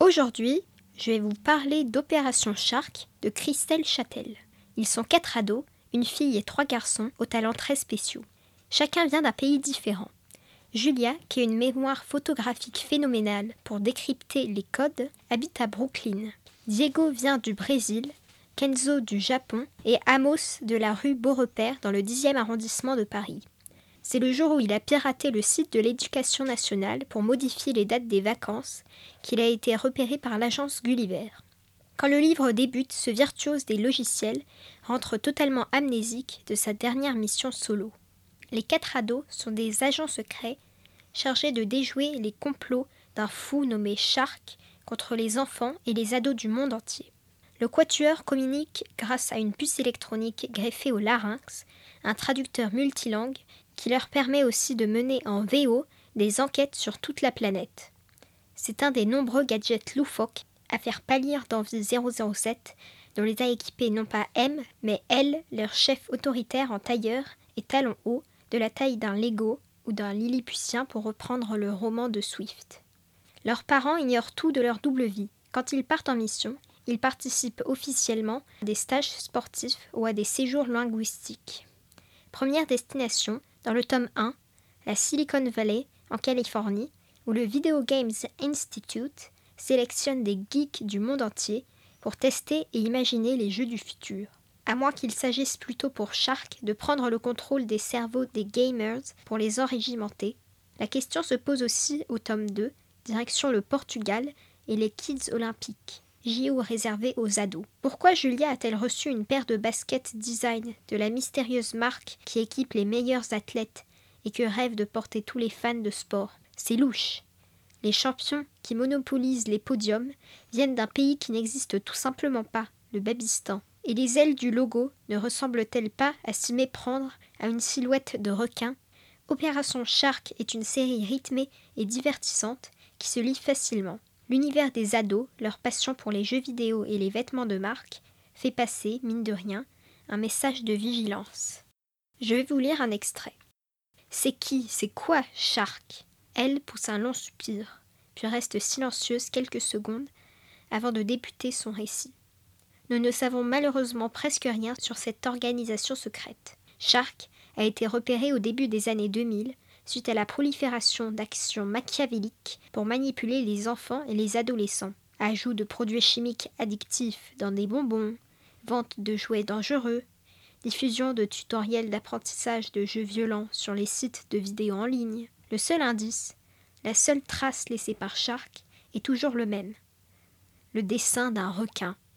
Aujourd'hui, je vais vous parler d'Opération Shark de Christelle Châtel. Ils sont 4 ados, une fille et 3 garçons aux talents très spéciaux. Chacun vient d'un pays différent. Julia, qui a une mémoire photographique phénoménale pour décrypter les codes, habite à Brooklyn. Diego vient du Brésil, Kenzo du Japon et Amos de la rue Beaurepaire dans le 10e arrondissement de Paris. C'est le jour où il a piraté le site de l'Éducation nationale pour modifier les dates des vacances qu'il a été repéré par l'agence Gulliver. Quand le livre débute, ce virtuose des logiciels rentre totalement amnésique de sa dernière mission solo. Les 4 ados sont des agents secrets chargés de déjouer les complots d'un fou nommé Shark contre les enfants et les ados du monde entier. Le quatuor communique grâce à une puce électronique greffée au larynx, un traducteur multilangue qui leur permet aussi de mener en VO des enquêtes sur toute la planète. C'est un des nombreux gadgets loufoques à faire pâlir d'envie 007, dont les a équipés non pas M, mais L, leur chef autoritaire en tailleur et talons hauts, de la taille d'un Lego ou d'un Lilliputien pour reprendre le roman de Swift. Leurs parents ignorent tout de leur double vie. Quand ils partent en mission, ils participent officiellement à des stages sportifs ou à des séjours linguistiques. Première destination, dans le tome 1, la Silicon Valley, en Californie, où le Video Games Institute sélectionne des geeks du monde entier pour tester et imaginer les jeux du futur. À moins qu'il s'agisse plutôt pour Shark de prendre le contrôle des cerveaux des gamers pour les enrégimenter, la question se pose aussi au tome 2, direction le Portugal et les Kids Olympiques, JO réservés aux ados. Pourquoi Julia a-t-elle reçu une paire de baskets design de la mystérieuse marque qui équipe les meilleurs athlètes et que rêvent de porter tous les fans de sport? C'est louche. Les champions qui monopolisent les podiums viennent d'un pays qui n'existe tout simplement pas, le Babistan. Et les ailes du logo ne ressemblent-elles pas à s'y méprendre à une silhouette de requin? Opération Shark est une série rythmée et divertissante qui se lit facilement. L'univers des ados, leur passion pour les jeux vidéo et les vêtements de marque, fait passer, mine de rien, un message de vigilance. Je vais vous lire un extrait. C'est qui, c'est quoi Shark? Elle pousse un long soupir, puis reste silencieuse quelques secondes avant de débuter son récit. Nous ne savons malheureusement presque rien sur cette organisation secrète. Shark a été repéré au début des années 2000 suite à la prolifération d'actions machiavéliques pour manipuler les enfants et les adolescents. Ajout de produits chimiques addictifs dans des bonbons, vente de jouets dangereux, diffusion de tutoriels d'apprentissage de jeux violents sur les sites de vidéos en ligne. Le seul indice, la seule trace laissée par Shark est toujours le même. Le dessin d'un requin.